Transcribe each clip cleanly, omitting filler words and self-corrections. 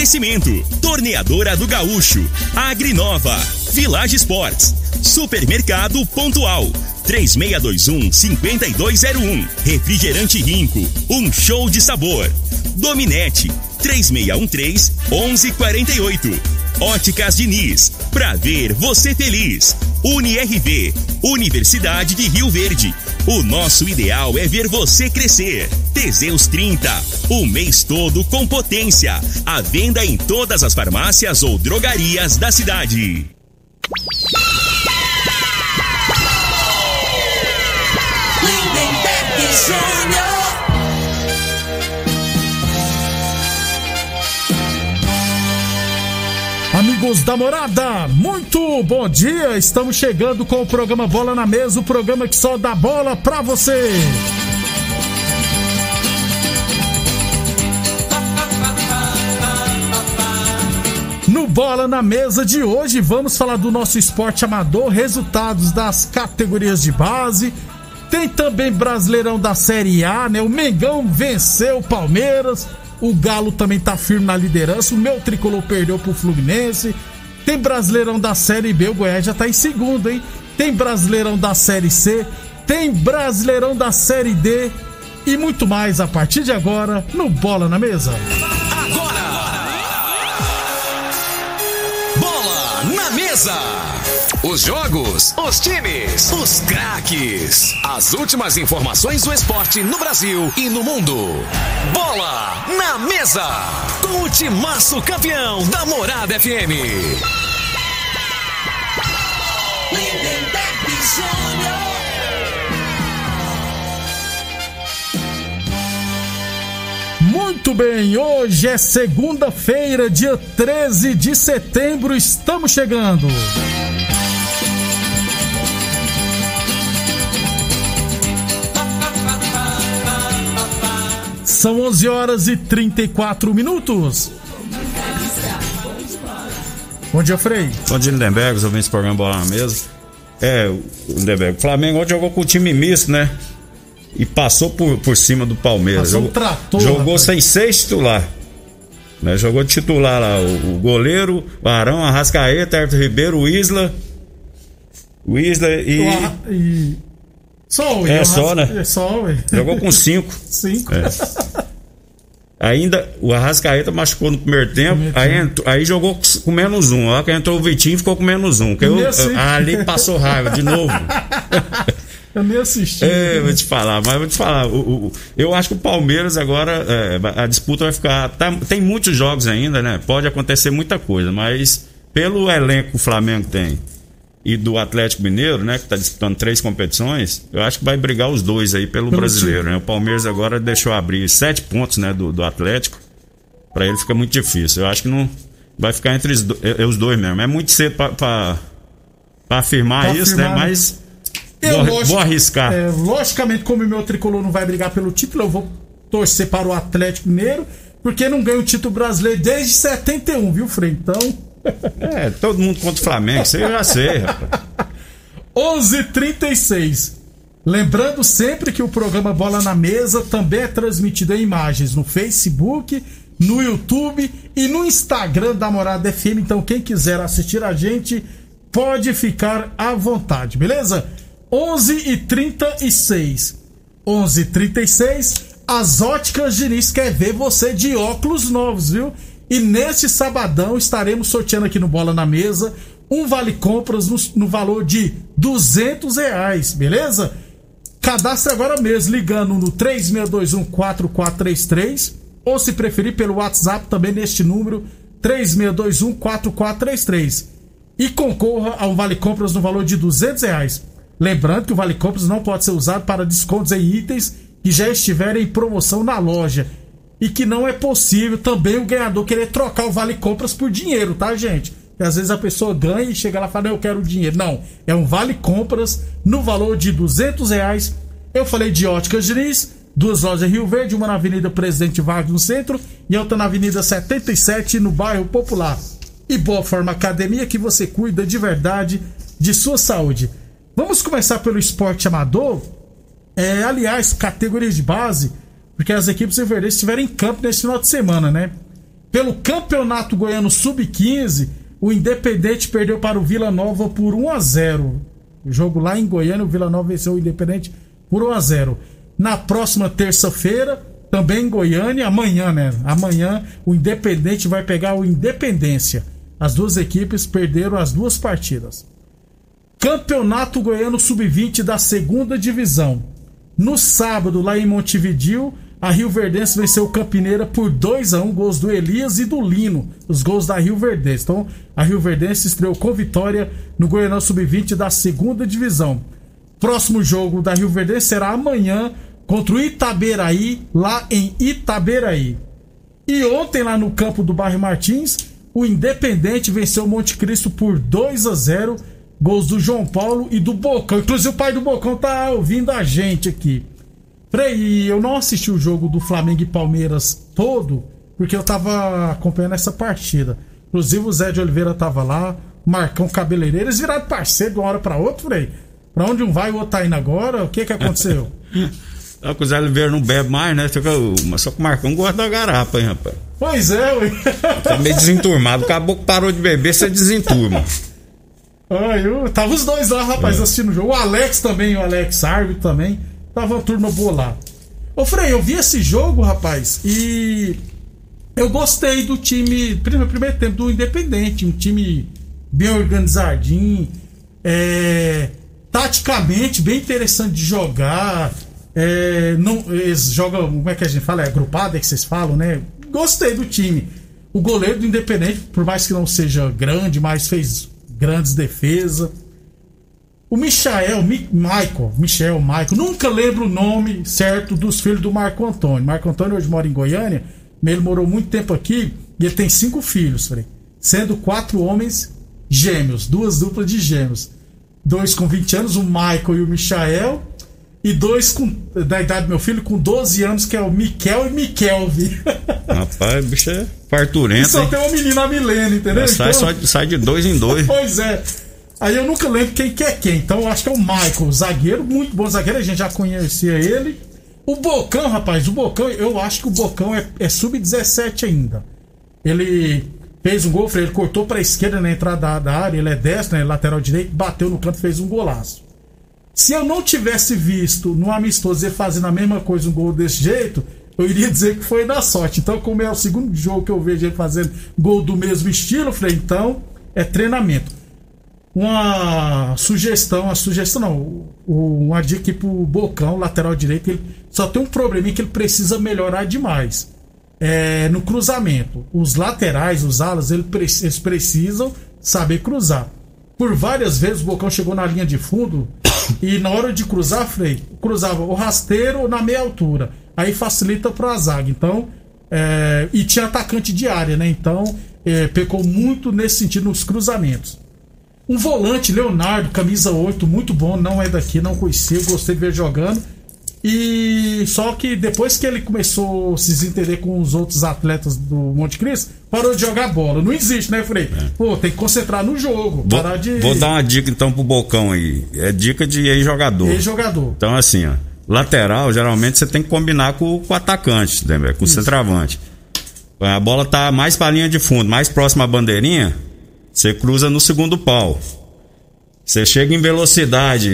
Oferecimento: Torneadora do Gaúcho, Agrinova, Village Sports, Supermercado Pontual, 3621-5201, Refrigerante Rinco, um show de sabor. Dominete, 3613-1148. Óticas Diniz, pra ver você feliz. UniRV, Universidade de Rio Verde. O nosso ideal é ver você crescer. Teseus 30, o mês todo com potência. À venda em todas as farmácias ou drogarias da cidade. Amigos da Morada, muito bom dia. Estamos chegando com o programa Bola na Mesa, o programa que só dá bola pra você. No Bola na Mesa de hoje, vamos falar do nosso esporte amador, resultados das categorias de base. Tem também Brasileirão da Série A, né? O Mengão venceu o Palmeiras. O Galo também tá firme na liderança. O meu tricolor perdeu pro Fluminense. Tem Brasileirão da Série B. O Goiás já tá em segundo, hein? Tem Brasileirão da Série C. Tem Brasileirão da Série D. E muito mais a partir de agora no Bola na Mesa. Agora! Bola na Mesa! Os jogos, os times, os craques. As últimas informações do esporte no Brasil e no mundo. Bola na Mesa. Com o timaço campeão da Morada FM. Muito bem, hoje é segunda-feira, dia 13 de setembro. Estamos chegando. São 11 horas e 34 minutos. Bom dia, Frei. Bom dia, Lindenberg, os ouvintes do programa Bola na Mesa. Lindenberg, o Flamengo ontem jogou com o time misto, né? E passou por cima do Palmeiras. Jogou sem 6 titular. Né? Jogou de titular lá o goleiro, o Arão, Arrascaeta, Everton Ribeiro, o Isla e... Só, né? Jogou com 5. 5. Ainda o Arrascaeta machucou no primeiro tempo. Aí jogou com menos 1. Ó, que entrou o Vitinho, ficou com menos 1. Ali passou raiva de novo. Eu nem assisti. Vou te falar. Eu acho que o Palmeiras agora, a disputa vai ficar. Tem muitos jogos ainda, né? Pode acontecer muita coisa, mas pelo elenco que o Flamengo tem e do Atlético Mineiro, né, que está disputando 3 competições, eu acho que vai brigar os dois aí pelo brasileiro, né? O Palmeiras agora deixou abrir 7 pontos, né, do Atlético. Para ele fica muito difícil. Eu acho que não vai ficar entre os dois mesmo. É muito cedo para afirmar isso, né? Mas vou arriscar. Logicamente, como o meu tricolor não vai brigar pelo título, eu vou torcer para o Atlético Mineiro, porque não ganha o título brasileiro desde 71, viu, Frei? Então... todo mundo contra o Flamengo, isso aí eu já sei, rapaz. 11h36. Lembrando sempre que o programa Bola na Mesa também é transmitido em imagens no Facebook, no YouTube e no Instagram da Morada FM. Então quem quiser assistir a gente pode ficar à vontade, beleza? 11h36. 11h36. As Óticas Diniz quer ver você de óculos novos, viu? E neste sabadão estaremos sorteando aqui no Bola na Mesa um vale-compras no valor de R$200, beleza? Cadastre agora mesmo, ligando no 3621-4433, ou se preferir pelo WhatsApp também neste número, 3621-4433. E concorra a um vale-compras no valor de R$200. Lembrando que o vale-compras não pode ser usado para descontos em itens que já estiverem em promoção na loja. E que não é possível também o ganhador querer trocar o vale-compras por dinheiro, tá, gente? Porque às vezes a pessoa ganha e chega lá e fala, eu quero dinheiro. Não, é um vale-compras no valor de R$200. Eu falei de Óticas Diniz, 2 lojas em Rio Verde, uma na Avenida Presidente Vargas no centro e outra na Avenida 77 no bairro Popular. E Boa Forma Academia, que você cuida de verdade de sua saúde. Vamos começar pelo esporte amador. Aliás, categorias de base, porque as equipes verdes estiveram em campo nesse final de semana, né? Pelo Campeonato Goiano Sub-15, o Independente perdeu para o Vila Nova por 1-0. O jogo lá em Goiânia, o Vila Nova venceu o Independente por 1-0. Na próxima terça-feira, também em Goiânia, amanhã, né? Amanhã o Independente vai pegar o Independência. As duas equipes perderam as duas partidas. Campeonato Goiano Sub-20 da segunda divisão. No sábado, lá em Montevidéu, a Rioverdense venceu o Campineira por 2-1, gols do Elias e do Lino, os gols da Rioverdense. Então, a Rioverdense estreou com vitória no Goianão Sub-20 da segunda divisão. Próximo jogo da Rioverdense será amanhã contra o Itaberaí, lá em Itaberaí. E ontem, lá no campo do bairro Martins, o Independente venceu o Monte Cristo por 2-0, gols do João Paulo e do Bocão. Inclusive o pai do Bocão tá ouvindo a gente aqui. Frei, eu não assisti o jogo do Flamengo e Palmeiras todo, porque eu tava acompanhando essa partida. Inclusive o Zé de Oliveira tava lá, Marcão Cabeleireiro, eles viraram parceiro de uma hora pra outra, Frei. Pra onde um vai, o outro tá indo agora, o que aconteceu? Só que o Zé Oliveira não bebe mais, né? Só que o Marcão gosta da garapa, hein, rapaz? Pois é, ué. Tá meio desenturmado, acabou que parou de beber, você desenturma. Tava os dois lá, rapaz, assistindo o jogo. O Alex também, o Alex árbitro também. Tava uma turma boa lá. Ô Frei, eu vi esse jogo, rapaz, e eu gostei do time, primeiro tempo, do Independente. Um time bem organizadinho, taticamente bem interessante de jogar. Eles jogam, como é que a gente fala? É agrupado, é que vocês falam, né? Gostei do time. O goleiro do Independente, por mais que não seja grande, mas fez grandes defesas. O Michael, nunca lembro o nome certo dos filhos do Marco Antônio. Marco Antônio hoje mora em Goiânia, mas ele morou muito tempo aqui e ele tem 5 filhos, Frei, sendo 4 homens gêmeos, 2 duplas de gêmeos. 2 com 20 anos, o Michael e o Michael, e 2 da idade do meu filho com 12 anos, que é o Miquel e Miquelvi. Rapaz, o bicho é farturento. E só tem uma menina, a Milene, entendeu? Sai de 2 em 2. Pois é. Aí eu nunca lembro quem que é quem. Então eu acho que é o Michael, zagueiro, muito bom zagueiro, a gente já conhecia ele. O Bocão, rapaz, eu acho que o Bocão é sub-17 ainda. Ele fez um gol, ele cortou pra esquerda na entrada da área, ele é destro, né, lateral direito, bateu no canto, fez um golaço. Se eu não tivesse visto no amistoso ele fazendo a mesma coisa, um gol desse jeito, eu iria dizer que foi da sorte. Então, como é o segundo jogo que eu vejo ele fazendo gol do mesmo estilo, Frei, então é treinamento. Uma dica aqui pro Bocão, lateral direito, ele só tem um probleminha que ele precisa melhorar demais. No cruzamento. Os laterais, os alas, eles precisam saber cruzar. Por várias vezes o Bocão chegou na linha de fundo e na hora de cruzar, Frei, cruzava o rasteiro na meia altura. Aí facilita pra zaga. Então, e tinha atacante de área, né? Então, pecou muito nesse sentido nos cruzamentos. Um volante, Leonardo, camisa 8, muito bom, não é daqui, não conhecia, gostei de ver jogando. E só que depois que ele começou a se desentender com os outros atletas do Monte Cristo, parou de jogar bola. Não existe, né, Frei? Pô, tem que concentrar no jogo. Vou dar uma dica então pro Bocão aí. É dica de ex-jogador. Ex-jogador. Então, assim, ó. Lateral, geralmente você tem que combinar com o atacante, né, com o centroavante. A bola tá mais pra linha de fundo, mais próxima à bandeirinha. Você cruza no segundo pau. Você chega em velocidade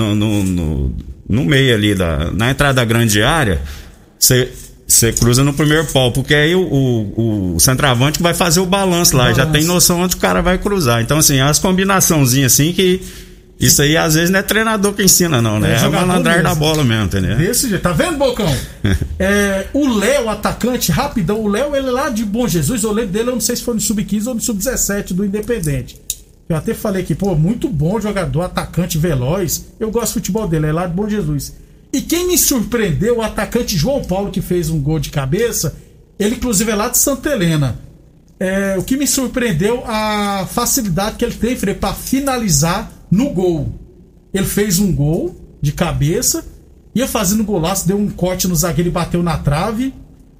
no meio ali, na entrada da grande área, você cruza no primeiro pau, porque aí o centroavante vai fazer o balanço lá, já tem noção onde o cara vai cruzar. Então, assim, as combinaçãozinhas assim que... Isso aí, às vezes, não é treinador que ensina, não, né? É o malandrar da bola mesmo, entendeu? Desse jeito. Tá vendo, Bocão? O Léo, atacante, rapidão. O Léo, ele é lá de Bom Jesus. Eu lembro dele, eu não sei se foi no Sub-15 ou no Sub-17 do Independente. Eu até falei que, muito bom jogador, atacante veloz. Eu gosto do futebol dele, é lá de Bom Jesus. E quem me surpreendeu, o atacante João Paulo, que fez um gol de cabeça, ele, inclusive, é lá de Santa Helena. O que me surpreendeu, a facilidade que ele tem, Frei, pra finalizar no gol. Ele fez um gol de cabeça, ia fazendo golaço, deu um corte no zagueiro e bateu na trave.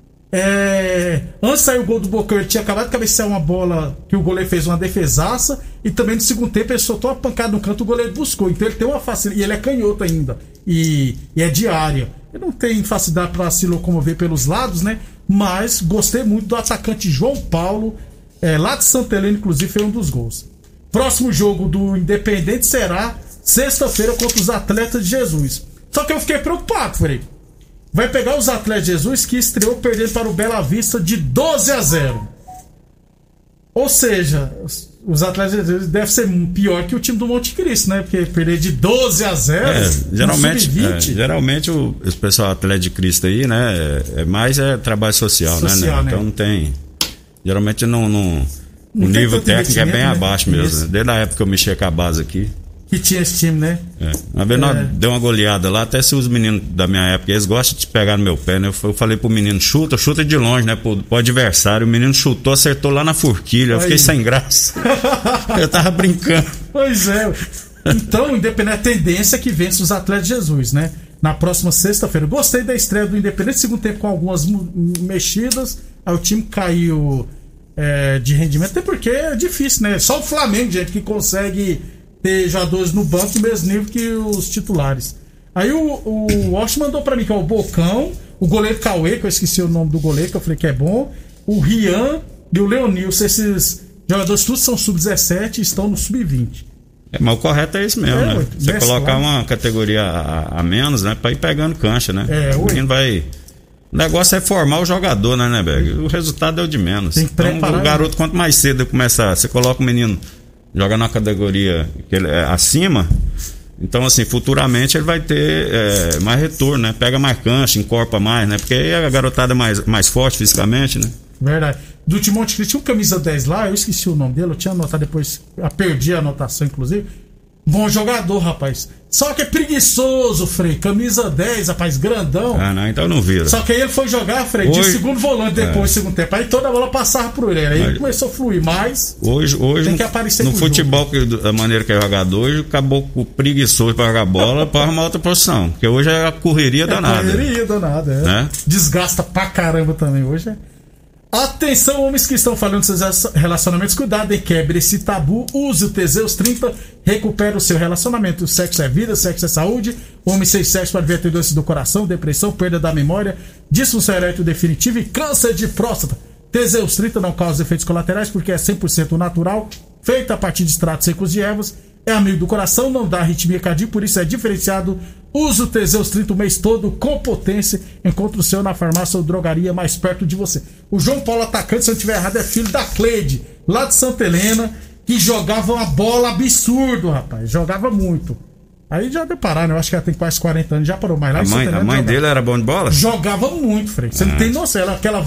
Antes de sair o gol do Bocão, ele tinha acabado de cabecear uma bola que o goleiro fez uma defesaça, e também no segundo tempo ele soltou uma pancada no canto, o goleiro buscou. Então ele tem uma facilidade, e ele é canhoto ainda, e é de área. Ele não tem facilidade para se locomover pelos lados, né? mas gostei muito do atacante João Paulo, lá de Santa Helena, inclusive, foi um dos gols. Próximo jogo do Independente será sexta-feira contra os Atletas de Jesus. Só que eu fiquei preocupado, Frei. Vai pegar os Atletas de Jesus que estreou perdendo para o Bela Vista de 12-0. Ou seja, os Atletas de Jesus devem ser pior que o time do Monte Cristo, né? Porque perder de 12-0 geralmente o pessoal Atleta de Cristo aí, né? Mais trabalho social, né? Então não tem. Geralmente não o nível técnico é bem abaixo mesmo. Né? Desde a época que eu mexia com a base aqui. Que tinha esse time, né? Uma vez nós deu uma goleada lá, até se os meninos da minha época, eles gostam de pegar no meu pé, né? Eu falei pro menino, chuta de longe, né? Pro adversário. O menino chutou, acertou lá na forquilha. Eu fiquei sem graça. Eu tava brincando. Pois é. Então, o Independente, a tendência é que vence os Atletas de Jesus, né? Na próxima sexta-feira. Gostei da estreia do Independente, segundo tempo com algumas mexidas. Aí o time caiu de rendimento, até porque é difícil, né? Só o Flamengo, gente, que consegue ter jogadores no banco do mesmo nível que os titulares. Aí o Walsh mandou pra mim que é o Bocão, o goleiro Cauê, que eu esqueci o nome do goleiro, que eu falei que é bom, o Rian e o Leonilson. Esses jogadores todos são sub-17 e estão no sub-20. Mas o correto é isso mesmo, né? Você colocar uma categoria a menos, né? Pra ir pegando cancha, né? O menino vai... O negócio é formar o jogador, né, Berg? O resultado é o de menos. Tem que preparar, então, o garoto, quanto mais cedo começar, você coloca o menino joga na categoria que ele é acima, então assim, futuramente ele vai ter mais retorno, né? Pega mais cancha, encorpa mais, né? Porque aí a garotada é mais forte fisicamente, né? Verdade. Do Monte Cristo tinha um camisa 10 lá, eu esqueci o nome dele, eu tinha anotado depois, perdi a anotação inclusive. Bom jogador, rapaz. Só que é preguiçoso, Frei. Camisa 10, rapaz, grandão. Não, então não vira. Só que aí ele foi jogar, Frei, de segundo volante depois do segundo tempo. Aí toda a bola passava por ele. Aí ele começou a fluir, mas hoje tem que aparecer no futebol, da maneira que é jogador, hoje acabou com o preguiçoso pra jogar bola pra arrumar outra posição. Porque hoje é a correria danada. Correria danada, né? Desgasta pra caramba também hoje, Atenção, homens que estão falando dos seus relacionamentos, cuidado e quebre esse tabu. Use o Teseus 30, recupera o seu relacionamento. O sexo é vida, sexo é saúde. Homem sem sexo pode vir a ter doenças do coração, depressão, perda da memória, disfunção erétil definitiva e câncer de próstata. Teseus 30 não causa efeitos colaterais porque é 100% natural, feito a partir de extratos secos de ervas. É amigo do coração, não dá arritmia cardíaca, por isso é diferenciado. Use o Teseus 30 o mês todo com potência. Encontre o seu na farmácia ou drogaria mais perto de você. O João Paulo, atacante, se eu não estiver errado, é filho da Cleide, lá de Santa Helena, que jogava uma bola absurdo, rapaz. Jogava muito. Aí já deu parar, né? Eu acho que ela tem quase 40 anos, já parou mais lá. A mãe dele era bom de bola? Jogava muito, Frei. Você não tem noção. Ela, aquela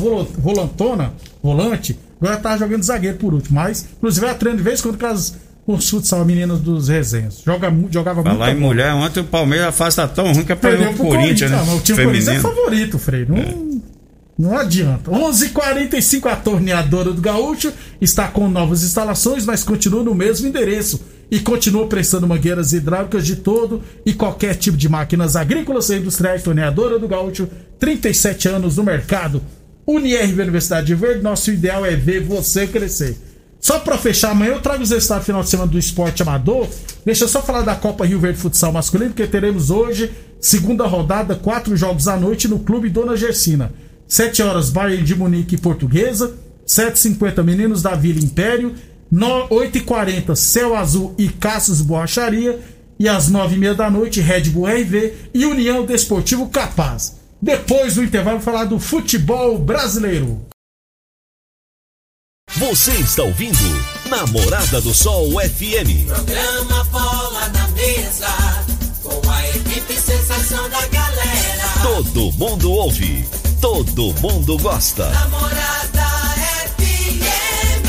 volante, agora ela tava jogando zagueiro por último. Mas, inclusive, ela treina de vez em quando os futsal, meninas dos resenhas. Jogava muito. Falar em mulher, ontem o Palmeiras, a fase tá tão ruim que perdeu pro Corinthians, né? Não, o time Corinthians é favorito, Frei. Não adianta. 11h45, a torneadora do Gaúcho está com novas instalações, mas continua no mesmo endereço. E continua prestando mangueiras hidráulicas de todo e qualquer tipo de máquinas agrícolas e industriais. Torneadora do Gaúcho, 37 anos no mercado. UniRV Universidade de Verde, nosso ideal é ver você crescer. Só pra fechar, amanhã eu trago os resultados final de semana do esporte amador. Deixa eu só falar da Copa Rio Verde Futsal Masculino, porque teremos hoje, segunda rodada, 4 jogos à noite no Clube Dona Gersina. 7 horas, Bayern de Munique e Portuguesa. 7h50, Meninos da Vila Império. 8h40, Céu Azul e Cassius Borracharia. E às 9h30 da noite, Red Bull RV e União Desportivo Capaz. Depois do intervalo, vou falar do futebol brasileiro. Você está ouvindo Namorada do Sol FM. Programa Bola na Mesa, com a equipe sensação da galera. Todo mundo ouve, todo mundo gosta. Namorada FM.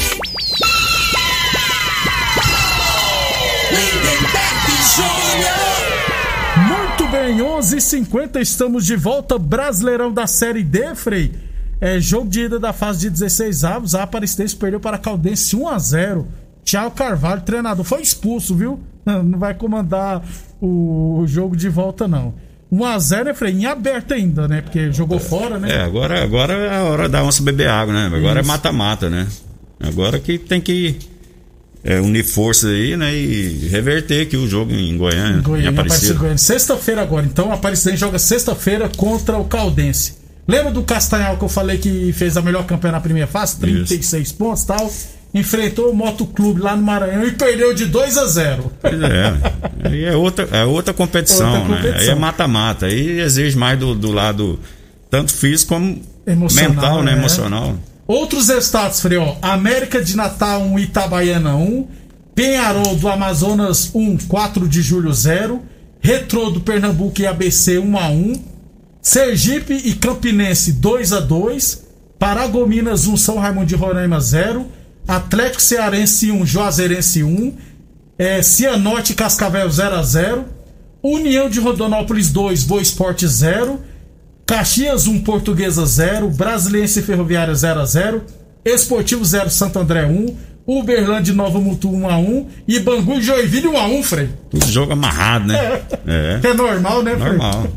Lindenberg Júnior. Muito bem, 11h50, estamos de volta. Brasileirão da Série D, Frei. Jogo de ida da fase de 16 avos. A Aparecidense perdeu para a Caldense 1-0. Thiago Carvalho, treinador, foi expulso, viu? Não vai comandar o jogo de volta, não. 1-0, né, Frei? Em aberto ainda, né? Porque jogou fora, né? Agora é a hora da onça beber água, né? Agora é mata-mata, né? Agora que tem que unir força aí, né? E reverter aqui o jogo em Goiânia. Em Aparecida. Sexta-feira agora. Então, a Aparecidense joga sexta-feira contra o Caldense. Lembra do Castanhal que eu falei que fez a melhor campanha na primeira fase? 36 pontos e tal. Enfrentou o Motoclube lá no Maranhão e perdeu de 2-0. Pois é. Aí é outra competição, né? Aí é mata-mata. Aí exige mais do lado tanto físico como mental, né? Emocional. Outros estados, Frei, ó. América de Natal 1, Itabaiana 1. Penharol do Amazonas 1, 4 de julho 0. Retrô do Pernambuco e ABC 1-1. Sergipe e Campinense 2-2. Paragominas 1, São Raimundo de Roraima 0. Atlético Cearense 1, Juazeirense 1. Cianorte e Cascavel 0-0. União de Rondonópolis 2, Boa Esporte 0. Caxias 1, Portuguesa 0. Brasiliense e Ferroviária 0-0. Esportivo 0, Santo André 1. Uberlândia e Nova Mutum 1-1. E Bangu e Joinville 1-1, Frei. Tudo jogo amarrado, né? É normal, né, Frei? Normal.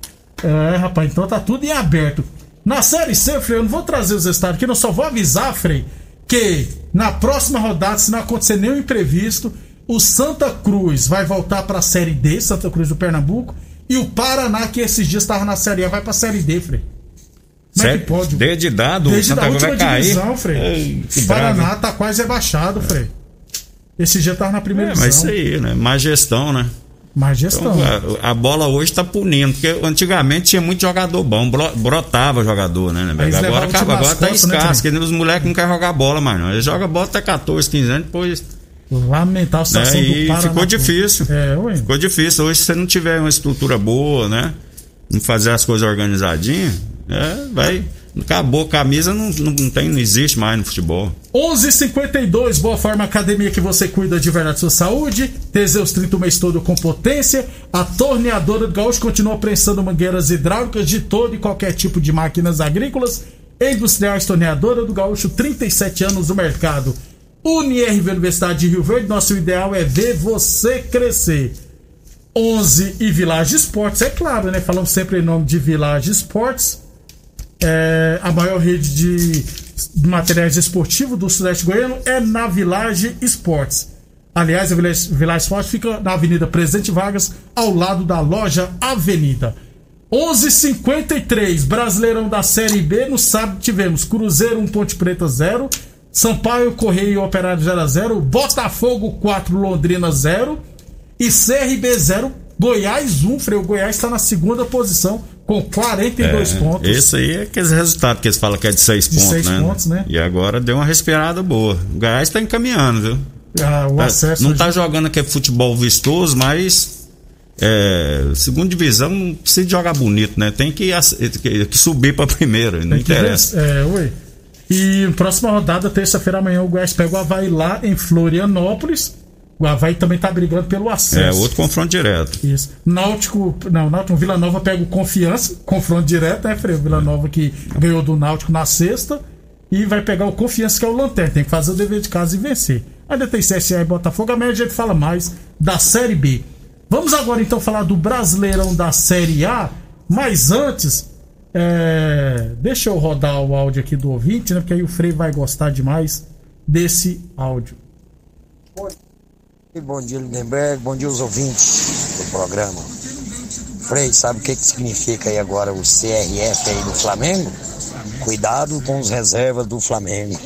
Rapaz, então tá tudo em aberto. Na Série C, Frei, eu não vou trazer os estados aqui, eu só vou avisar, Frei, que na próxima rodada, se não acontecer nenhum imprevisto, o Santa Cruz vai voltar pra Série D, Santa Cruz do Pernambuco, e o Paraná, que esses dias estava na Série A, vai pra Série D, Frei. Como é que pode? Desde o Santa Cruz vai cair. Divisão, Frei. O Paraná tá quase rebaixado, Frei. Esse dia tava na primeira divisão. Mas isso aí, né? Má gestão, né? Má gestão. Então, a bola hoje tá punindo, porque antigamente tinha muito jogador bom, brotava jogador, né? Agora tá escasso, porque os moleques não querem jogar bola mais, não. Eles jogam bola até 14, 15 anos, depois. Lamentável a situação do Paraná. Ficou difícil. Ficou difícil. Hoje, se você não tiver uma estrutura boa, né? Não fazer as coisas organizadinhas, vai. Acabou a camisa, não existe mais no futebol. 11h52, Boa Forma Academia, que você cuida de verdade da sua saúde. Teseus 30 o mês todo com potência. A Torneadora do Gaúcho continua prensando mangueiras hidráulicas de todo e qualquer tipo de máquinas agrícolas. Industriais Torneadora do Gaúcho, 37 anos no mercado. UniRV Universidade de Rio Verde, nosso ideal é ver você crescer. 11 e Village Esportes, é claro, né? Falamos sempre em nome de Village Esportes. A maior rede de materiais esportivos do Sudeste Goiano é na Village Esportes. Aliás, a Village Esportes fica na Avenida Presidente Vargas, ao lado da loja Avenida. 11h53, Brasileirão da Série B. No sábado tivemos Cruzeiro 1, Ponte Preta 0, Sampaio Correia e Operário 0-0, Botafogo 4, Londrina 0 e CRB 0, Goiás 1. O Goiás está na segunda posição com 42 pontos. Esse aí é aqueles resultados que eles falam que é de 6 pontos, 6 pontos, né? E agora deu uma respirada boa. O Goiás está encaminhando, viu? O acesso não está jogando aquele futebol vistoso, mas segunda divisão não precisa jogar bonito, né? Tem que subir para primeira, não interessa. E próxima rodada, terça-feira amanhã, o Goiás pega o Avaí lá em Florianópolis. O Avaí também tá brigando pelo acesso. Outro confronto direto. Isso. Náutico, Vila Nova pega o Confiança, confronto direto, né, Freio? Vila Nova que ganhou do Náutico na sexta. E vai pegar o Confiança, que é o Lanterna. Tem que fazer o dever de casa e vencer. Ainda tem CSA e Botafogo. Amanhã a gente fala mais da Série B. Vamos agora então falar do Brasileirão da Série A. Mas antes, deixa eu rodar o áudio aqui do ouvinte, né? Porque aí o Frei vai gostar demais desse áudio. Bom dia, Lindenberg. Bom dia aos ouvintes do programa. Frei, sabe o que significa aí agora o CRF aí do Flamengo? Cuidado com os reservas do Flamengo.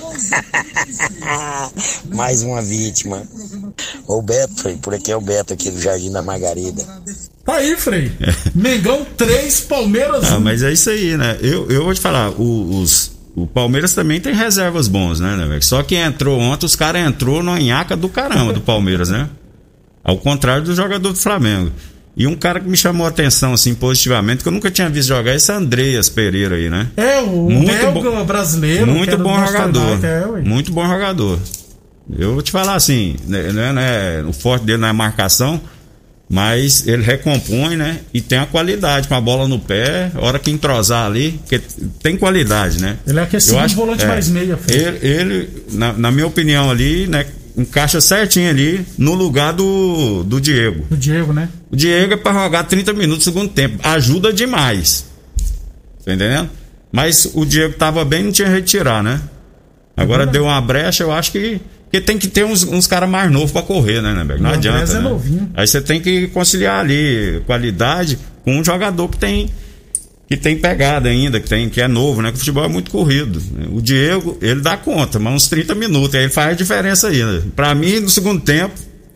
Mais uma vítima. O Beto, Frei, por aqui é o Beto aqui do Jardim da Margarida. Tá aí, Frei. Mengão 3, Palmeiras 1. Mas é isso aí, né? Eu vou te falar, o Palmeiras também tem reservas bons, né, velho? Só que entrou ontem, os caras entrou na nhaca do caramba do Palmeiras, né? Ao contrário do jogador do Flamengo. E um cara que me chamou a atenção, assim, positivamente, que eu nunca tinha visto jogar, é esse Andreas Pereira aí, né? O belga brasileiro. Muito bom jogador. Muito bom jogador. Eu vou te falar assim, né, o forte dele não é marcação, mas ele recompõe, né? E tem a qualidade com a bola no pé, a hora que entrosar ali, porque tem qualidade, né? Ele é aquele volante mais meia. Ele na minha opinião ali, né? Encaixa certinho ali no lugar do Diego. Do Diego, né? O Diego é pra jogar 30 minutos no segundo tempo. Ajuda demais. Tá entendendo? Mas o Diego tava bem, não tinha retirar, né? Agora deu uma brecha, eu acho que tem que ter uns caras mais novos pra correr, né, Neberg? Não adianta. É novinho. Aí você tem que conciliar ali qualidade com um jogador que que tem pegada ainda, que é novo, né? Que o futebol é muito corrido. O Diego, ele dá conta, mas uns 30 minutos, aí ele faz a diferença ainda. Pra mim, no segundo tempo,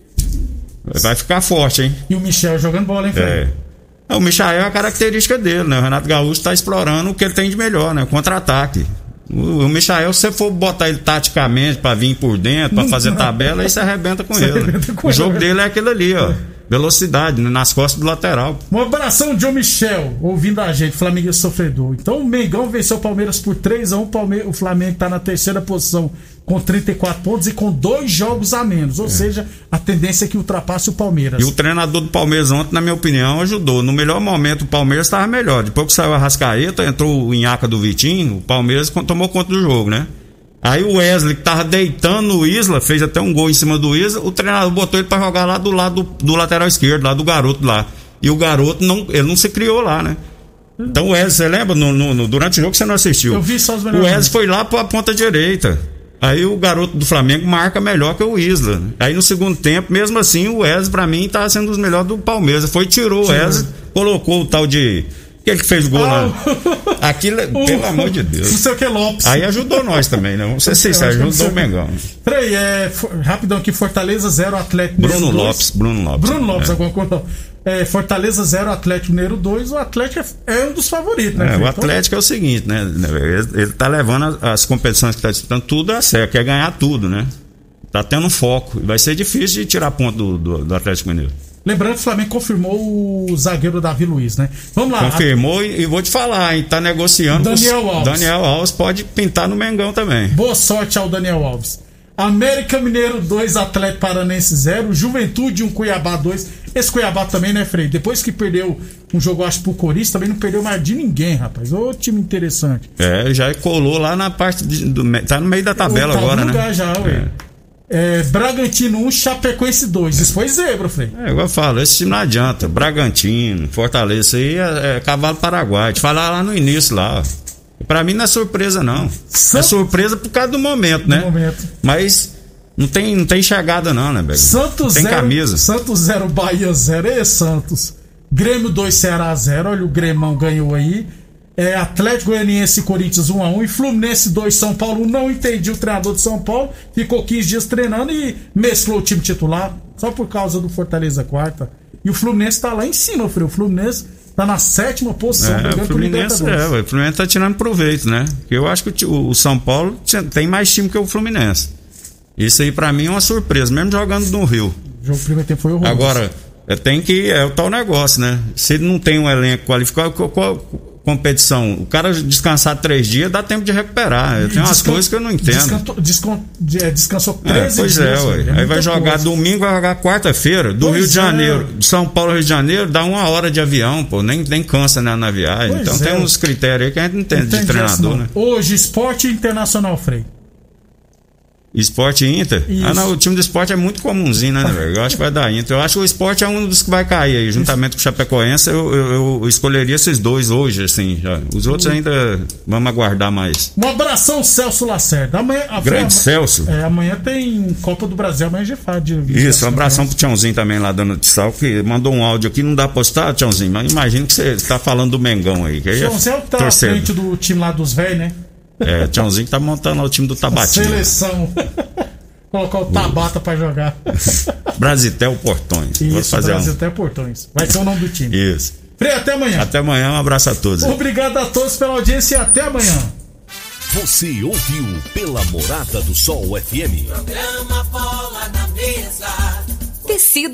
vai ficar forte, hein? E o Michel jogando bola, hein, Fred? O Michel é a característica dele, né? O Renato Gaúcho tá explorando o que ele tem de melhor, né? O contra-ataque. O Michael, se você for botar ele taticamente pra vir por dentro, pra fazer tabela, aí você arrebenta com ele. O jogo dele é aquele ali, ó. Velocidade, nas costas do lateral. Um abração, John Michel, ouvindo a gente, Flamengo sofredor. Então o Mengão venceu o Palmeiras por 3-1. O Flamengo tá na terceira posição com 34 pontos e com 2 jogos a menos. Ou seja, a tendência é que ultrapasse o Palmeiras. E o treinador do Palmeiras ontem, na minha opinião, ajudou. No melhor momento o Palmeiras estava melhor. Depois que saiu a Arrascaeta, entrou o Inhaca do Vitinho, o Palmeiras tomou conta do jogo, né? Aí o Wesley, que tava deitando o Isla, fez até um gol em cima do Isla, o treinador botou ele pra jogar lá do lado do lateral esquerdo, lá do garoto lá. E o garoto, ele não se criou lá, né? Então o Wesley, você lembra? Durante o jogo você não assistiu. Eu vi só os O melhores. Wesley foi lá pra ponta direita. Aí o garoto do Flamengo marca melhor que o Isla. Aí no segundo tempo, mesmo assim, o Wesley, pra mim, tá sendo um dos melhores do Palmeiras. Tirou o Wesley, colocou o tal de... Aquele que fez gol lá. Aquilo, pelo amor de Deus. Não sei o que, Lopes. Aí ajudou nós também, né? Vamos ser sinceros, ajudou o Mengão. Frei, rapidão aqui, Fortaleza 0, Atlético Bruno Mineiro Lopes. 2. Bruno Lopes, alguma coisa. Fortaleza 0, Atlético Mineiro 2. O Atlético é um dos favoritos, né? O Atlético é o seguinte, né? Ele tá levando as competições que tá disputando tudo a sério, quer ganhar tudo, né? Tá tendo um foco. Vai ser difícil de tirar ponto do Atlético Mineiro. Lembrando que o Flamengo confirmou o zagueiro Davi Luiz, né? Vamos lá. Confirmou e vou te falar, hein? Tá negociando. Daniel Alves. Daniel Alves pode pintar no Mengão também. Boa sorte ao Daniel Alves. América Mineiro 2, Atlético Paranense 0. Juventude 1, Cuiabá 2. Esse Cuiabá também, né, Frei? Depois que perdeu um jogo, acho, pro Corinthians, também não perdeu mais de ninguém, rapaz. Ô, time interessante. Já colou lá na parte tá no meio da tabela agora, né? Lugar já, ué. Bragantino 1, Chapecoense 2. Isso foi zebra, Frei. Igual eu falo, esse time não adianta. Bragantino, Fortaleza, isso aí é cavalo paraguai. Te falar lá no início lá. Pra mim não é surpresa, não. É surpresa por causa do momento, né? Mas não tem chegada, não, né, velho? Santos 0, camisa. Santos 0, Bahia 0. Santos. Grêmio 2, Ceará 0. Olha, o Grêmio ganhou aí. Atlético Goianiense e Corinthians 1-1 e Fluminense 2, São Paulo 1. Não entendi o treinador de São Paulo, ficou 15 dias treinando e mesclou o time titular só por causa do Fortaleza quarta. E o Fluminense tá lá em cima, Frio. O Fluminense tá na 7ª posição. O Fluminense tá tirando proveito, né? Eu acho que o São Paulo tem mais time que o Fluminense. Isso aí pra mim é uma surpresa, mesmo jogando no Rio. O jogo do primeiro tempo foi horroroso. Agora, é o tal negócio, né? Se ele não tem um elenco qualificado, competição, o cara descansar 3 dias, dá tempo de recuperar. Tem umas coisas que eu não entendo. Descansou 13 dias. Aí vai jogar domingo, vai jogar quarta-feira, do Rio de Janeiro, de São Paulo ao Rio de Janeiro, dá 1 hora de avião, pô, nem cansa, né, na viagem. Então tem uns critérios aí que a gente não entende de treinador, né? Hoje, Esporte Internacional, Frei. Esporte e Inter? Isso. Não, o time do Esporte é muito comumzinho, né, velho? Eu acho que vai dar Inter. Eu acho que o Esporte é um dos que vai cair aí. Juntamente com o Chapecoense, eu escolheria esses dois hoje, assim. Já. Os outros ainda vamos aguardar mais. Um abração, Celso Lacerda. Celso. Amanhã tem Copa do Brasil, amanhã já fala de... Isso, um abração pro Tiãozinho também lá da Noticial, que mandou um áudio aqui, não dá pra postar, Tiãozinho, mas imagino que você tá falando do Mengão aí. Tiãozinho tá à frente do time lá dos velhos, né? Tiãozinho tá montando o time do Tabatinho. Seleção. Colocar o Tabata pra jogar. Brasitel Portões. Isso, Brasitel Portões. Vai ser o nome do time. Isso. Frei, até amanhã. Até amanhã, um abraço a todos. Obrigado a todos pela audiência e até amanhã. Você ouviu pela Morada do Sol FM. Programa Bola na Mesa. Tecido